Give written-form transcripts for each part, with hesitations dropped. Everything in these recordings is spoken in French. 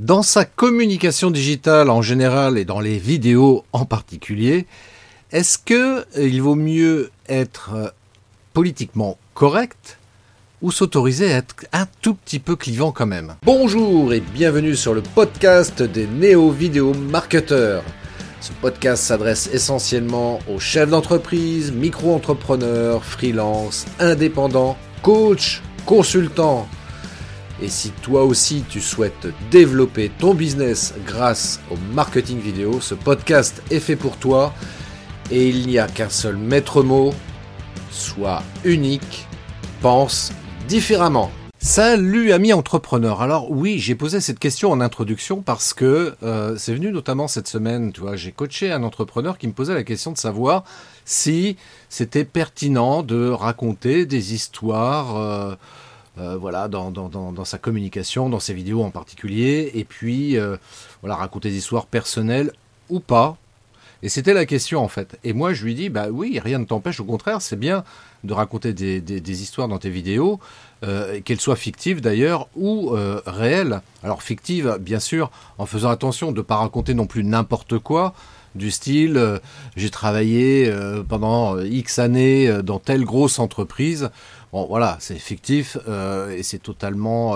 Dans sa communication digitale en général et dans les vidéos en particulier, est-ce qu'il vaut mieux être politiquement correct ou s'autoriser à être un tout petit peu clivant quand même? Bonjour et bienvenue sur le podcast des néo-vidéo marketeurs. Ce podcast s'adresse essentiellement aux chefs d'entreprise, micro-entrepreneurs, freelance, indépendants, coachs, consultants. Et si toi aussi tu souhaites développer ton business grâce au marketing vidéo, ce podcast est fait pour toi et il n'y a qu'un seul maître mot, sois unique, pense différemment. Salut amis entrepreneurs. Alors oui, j'ai posé cette question en introduction parce que c'est venu notamment cette semaine, tu vois, j'ai coaché un entrepreneur qui me posait la question de savoir si c'était pertinent de raconter des histoires dans sa communication, dans ses vidéos en particulier, et puis raconter des histoires personnelles ou pas. Et c'était la question en fait. Et moi je lui dis, bah oui, rien ne t'empêche, au contraire, c'est bien de raconter des histoires dans tes vidéos, qu'elles soient fictives d'ailleurs ou réelles. Alors fictives, bien sûr, en faisant attention de ne pas raconter non plus n'importe quoi, du style, j'ai travaillé pendant X années dans telle grosse entreprise. Bon, voilà, c'est fictif et c'est totalement...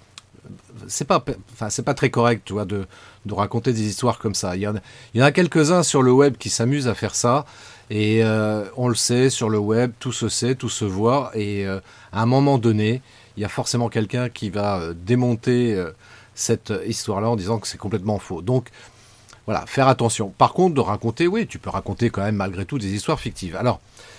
c'est pas très correct, tu vois, de raconter des histoires comme ça. Il y en a quelques-uns sur le web qui s'amusent à faire ça. Et on le sait, sur le web, tout se sait, tout se voit. Et à un moment donné, il y a forcément quelqu'un qui va démonter cette histoire-là en disant que c'est complètement faux. Donc, voilà, faire attention. Par contre, de raconter, oui, tu peux raconter quand même malgré tout des histoires fictives. Alors,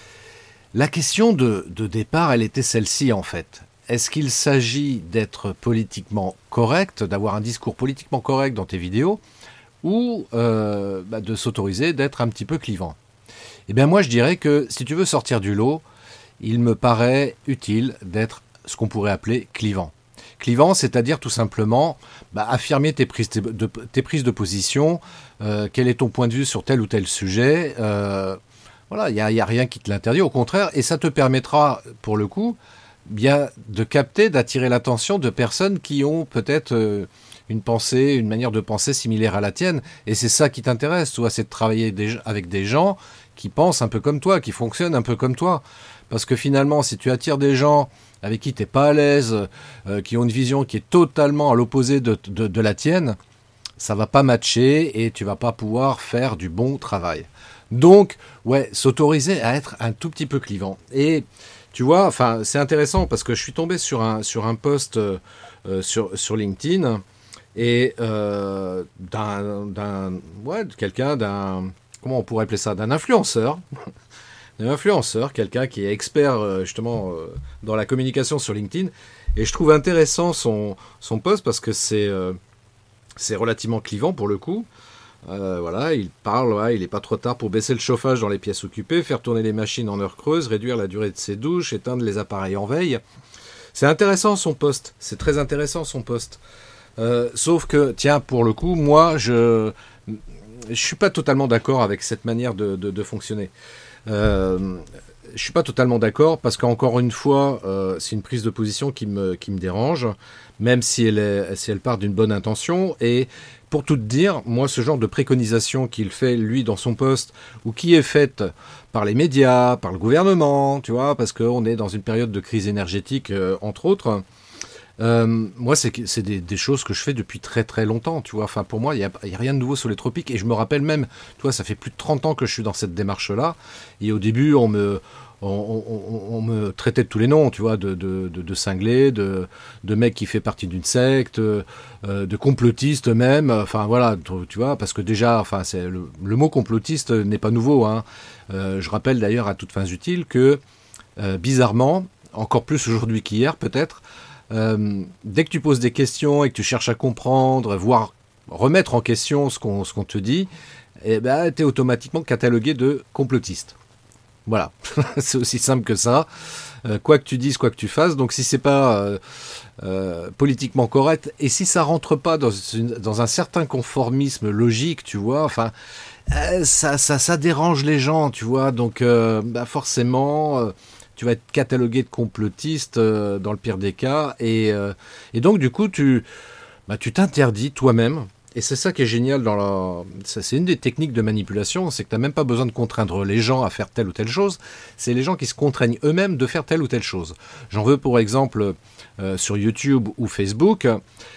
la question de départ, elle était celle-ci en fait. Est-ce qu'il s'agit d'être politiquement correct, d'avoir un discours politiquement correct dans tes vidéos, ou de s'autoriser d'être un petit peu clivant? Eh bien moi je dirais que si tu veux sortir du lot, il me paraît utile d'être ce qu'on pourrait appeler clivant. Clivant, c'est-à-dire tout simplement affirmer tes prises de position, quel est ton point de vue sur tel ou tel sujet. Voilà, il n'y a rien qui te l'interdit, au contraire, et ça te permettra, pour le coup, bien de capter, d'attirer l'attention de personnes qui ont peut-être une manière de penser similaire à la tienne, et c'est ça qui t'intéresse, toi, c'est de travailler avec des gens qui pensent un peu comme toi, qui fonctionnent un peu comme toi. Parce que finalement, si tu attires des gens avec qui tu n'es pas à l'aise, qui ont une vision qui est totalement à l'opposé de la tienne, ça va pas matcher et tu vas pas pouvoir faire du bon travail. Donc, ouais, s'autoriser à être un tout petit peu clivant. Et tu vois, c'est intéressant parce que je suis tombé sur un post sur LinkedIn et comment on pourrait appeler ça, d'un influenceur. Un influenceur, quelqu'un qui est expert justement dans la communication sur LinkedIn. Et je trouve intéressant son post parce que c'est relativement clivant pour le coup. Il parle, il n'est pas trop tard pour baisser le chauffage dans les pièces occupées, faire tourner les machines en heures creuses, réduire la durée de ses douches, éteindre les appareils en veille. C'est intéressant son post, c'est très intéressant son post. Sauf que, tiens, pour le coup, moi, je suis pas totalement d'accord avec cette manière de fonctionner. Je suis pas totalement d'accord parce qu'encore une fois, c'est une prise de position qui me dérange, même si elle part d'une bonne intention. Et pour tout te dire, moi, ce genre de préconisation qu'il fait, lui, dans son post, ou qui est faite par les médias, par le gouvernement, tu vois, parce qu'on est dans une période de crise énergétique, entre autres, moi, c'est des choses que je fais depuis très très longtemps, tu vois. Enfin, pour moi, il y a rien de nouveau sur les tropiques. Et je me rappelle même, tu vois, ça fait plus de 30 ans que je suis dans cette démarche-là. Et au début, on me traitait de tous les noms, tu vois, de cinglé, de mec qui fait partie d'une secte, de complotiste même. Enfin, voilà, tu vois, parce que déjà, le mot complotiste n'est pas nouveau, hein. Je rappelle d'ailleurs à toutes fins utiles que, bizarrement, encore plus aujourd'hui qu'hier peut-être, dès que tu poses des questions et que tu cherches à comprendre, voire remettre en question ce qu'on te dit, tu es automatiquement catalogué de complotiste. Voilà, c'est aussi simple que ça. Quoi que tu dises, quoi que tu fasses, donc si c'est pas politiquement correct, et si ça rentre pas dans un certain conformisme logique, tu vois, ça dérange les gens, tu vois, donc forcément... tu vas être catalogué de complotiste dans le pire des cas, et donc du coup bah, tu t'interdis toi-même. Et c'est ça qui est génial c'est une des techniques de manipulation, c'est que tu n'as même pas besoin de contraindre les gens à faire telle ou telle chose, c'est les gens qui se contraignent eux-mêmes de faire telle ou telle chose. J'en veux pour exemple sur YouTube ou Facebook,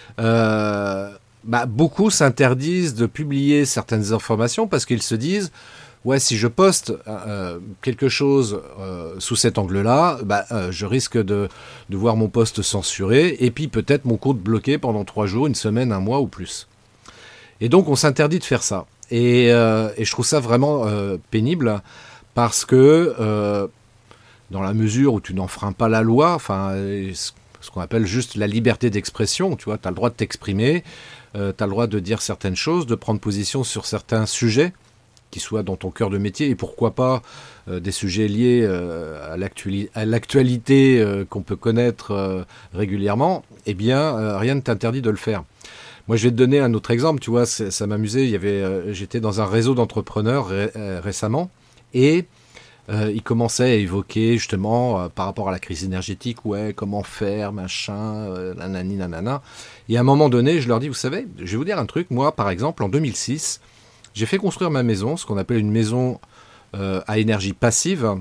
beaucoup s'interdisent de publier certaines informations parce qu'ils se disent ouais, si je poste quelque chose sous cet angle-là, je risque de voir mon post censuré et puis peut-être mon compte bloqué pendant 3 jours, une semaine, un mois ou plus. Et donc on s'interdit de faire ça. Et je trouve ça vraiment pénible parce que dans la mesure où tu n'enfreins pas la loi, enfin ce qu'on appelle juste la liberté d'expression, tu vois, tu as le droit de t'exprimer, tu as le droit de dire certaines choses, de prendre position sur certains sujets qui soient dans ton cœur de métier, et pourquoi pas des sujets liés à l'actualité qu'on peut connaître régulièrement, eh bien rien ne t'interdit de le faire. Moi, je vais te donner un autre exemple, tu vois, ça m'amusait, j'étais dans un réseau d'entrepreneurs récemment, et ils commençaient à évoquer justement par rapport à la crise énergétique, ouais, comment faire, machin, nanani, nanana. Et à un moment donné, je leur dis, vous savez, je vais vous dire un truc, moi, par exemple, en 2006, j'ai fait construire ma maison, ce qu'on appelle une maison à énergie passive.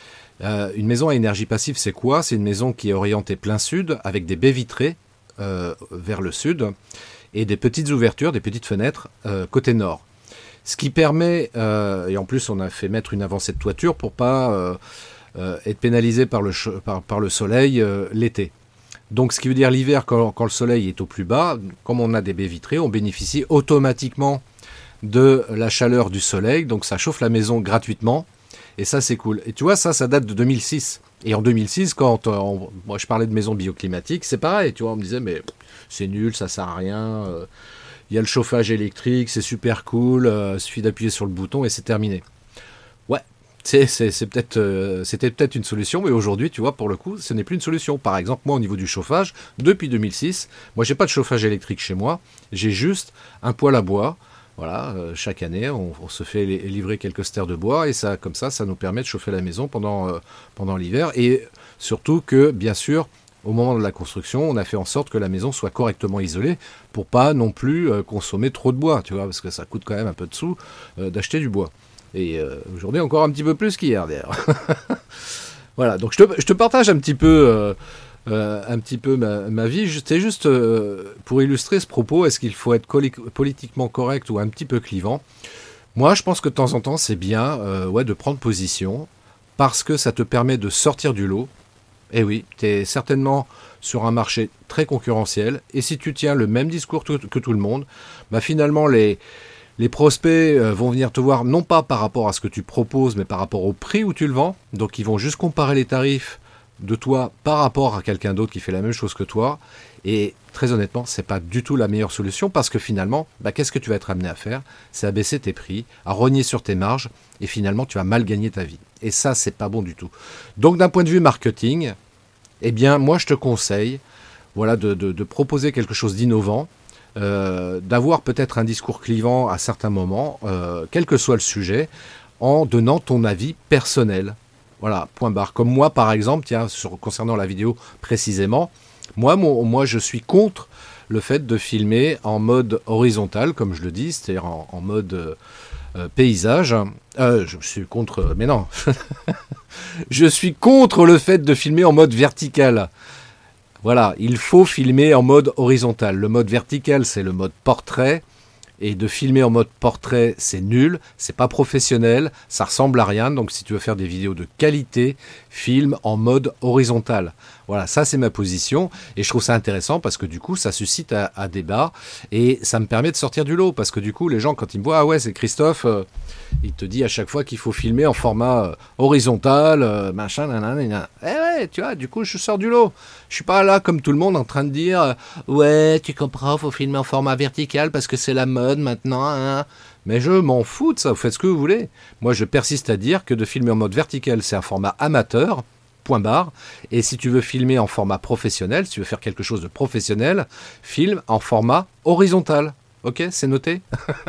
Une maison à énergie passive, c'est quoi? C'est une maison qui est orientée plein sud, avec des baies vitrées vers le sud, et des petites ouvertures, des petites fenêtres côté nord. Ce qui permet, et en plus on a fait mettre une avancée de toiture pour pas être pénalisé par le soleil l'été. Donc ce qui veut dire l'hiver, quand le soleil est au plus bas, comme on a des baies vitrées, on bénéficie automatiquement de la chaleur du soleil, donc ça chauffe la maison gratuitement, et ça c'est cool. Et tu vois, ça date de 2006. Et en 2006, quand moi je parlais de maison bioclimatique, c'est pareil, tu vois, on me disait mais c'est nul, ça sert à rien, il y a le chauffage électrique, c'est super cool, il suffit d'appuyer sur le bouton et c'est terminé. Ouais, c'était peut-être une solution, mais aujourd'hui, tu vois, pour le coup, ce n'est plus une solution. Par exemple, moi, au niveau du chauffage, depuis 2006, moi, j'ai pas de chauffage électrique chez moi, j'ai juste un poêle à bois. Voilà, chaque année, on se fait livrer quelques stères de bois et ça, comme ça nous permet de chauffer la maison pendant l'hiver. Et surtout que, bien sûr, au moment de la construction, on a fait en sorte que la maison soit correctement isolée pour pas non plus consommer trop de bois, tu vois, parce que ça coûte quand même un peu de sous d'acheter du bois. Et aujourd'hui, encore un petit peu plus qu'hier, d'ailleurs. Voilà, donc je te partage un petit peu ma vie. C'est juste pour illustrer ce propos, est-ce qu'il faut être politiquement correct ou un petit peu clivant? Moi, je pense que de temps en temps, c'est bien de prendre position parce que ça te permet de sortir du lot. Et oui, tu es certainement sur un marché très concurrentiel. Et si tu tiens le même discours que tout le monde, finalement, les prospects vont venir te voir non pas par rapport à ce que tu proposes, mais par rapport au prix où tu le vends. Donc, ils vont juste comparer les tarifs de toi par rapport à quelqu'un d'autre qui fait la même chose que toi. Et très honnêtement, c'est pas du tout la meilleure solution parce que finalement, qu'est-ce que tu vas être amené à faire? C'est à baisser tes prix, à rogner sur tes marges et finalement, tu vas mal gagner ta vie. Et ça, c'est pas bon du tout. Donc, d'un point de vue marketing, eh bien, moi, je te conseille, de proposer quelque chose d'innovant, d'avoir peut-être un discours clivant à certains moments, quel que soit le sujet, en donnant ton avis personnel. Voilà, point barre. Comme moi, par exemple, concernant la vidéo précisément, moi, je suis contre le fait de filmer en mode horizontal, comme je le dis, c'est-à-dire en mode paysage. Je suis contre... Mais non je suis contre le fait de filmer en mode vertical. Voilà, il faut filmer en mode horizontal. Le mode vertical, c'est le mode portrait. Et de filmer en mode portrait, c'est nul, c'est pas professionnel, ça ressemble à rien. Donc si tu veux faire des vidéos de qualité, filme en mode horizontal. Voilà, ça c'est ma position. Et je trouve ça intéressant parce que du coup, ça suscite à débat. Et ça me permet de sortir du lot. Parce que du coup, les gens, quand ils me voient, ah ouais, c'est Christophe, il te dit à chaque fois qu'il faut filmer en format horizontal, machin, nanana. Eh ouais, tu vois, du coup, je sors du lot. Je suis pas là comme tout le monde en train de dire, ouais, tu comprends, faut filmer en format vertical parce que c'est la mode maintenant, hein. Mais je m'en fous de ça, vous faites ce que vous voulez. Moi, je persiste à dire que de filmer en mode vertical, c'est un format amateur, point barre. Et si tu veux filmer en format professionnel, si tu veux faire quelque chose de professionnel, filme en format horizontal. Ok, c'est noté.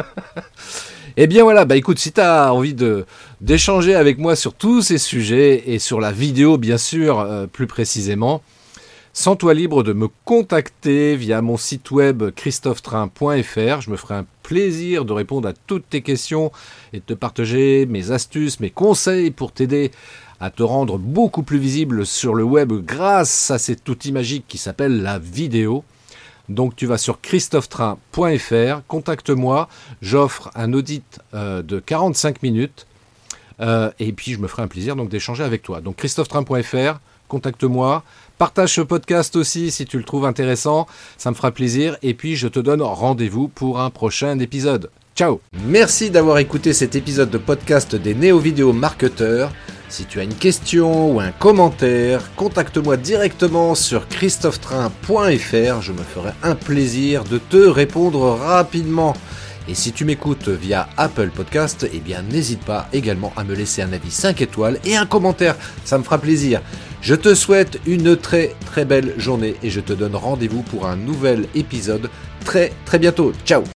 Eh bien voilà, écoute, si tu as envie d'échanger avec moi sur tous ces sujets et sur la vidéo, bien sûr, plus précisément, Sens-toi libre de me contacter via mon site web christophetrain.fr. Je me ferai un plaisir de répondre à toutes tes questions et de te partager mes astuces, mes conseils pour t'aider à te rendre beaucoup plus visible sur le web grâce à cet outil magique qui s'appelle la vidéo. Donc tu vas sur christophetrain.fr, contacte-moi, j'offre un audit de 45 minutes et puis je me ferai un plaisir donc d'échanger avec toi. Donc christophetrain.fr, contacte-moi, partage ce podcast aussi si tu le trouves intéressant, ça me fera plaisir et puis je te donne rendez-vous pour un prochain épisode. Ciao! Merci d'avoir écouté cet épisode de podcast des Néo-Vidéo Marketeurs. Si tu as une question ou un commentaire, contacte-moi directement sur christophetrain.fr, je me ferai un plaisir de te répondre rapidement. Et si tu m'écoutes via Apple Podcast, eh bien n'hésite pas également à me laisser un avis 5 étoiles et un commentaire, ça me fera plaisir. Je te souhaite une très très belle journée et je te donne rendez-vous pour un nouvel épisode très très bientôt. Ciao!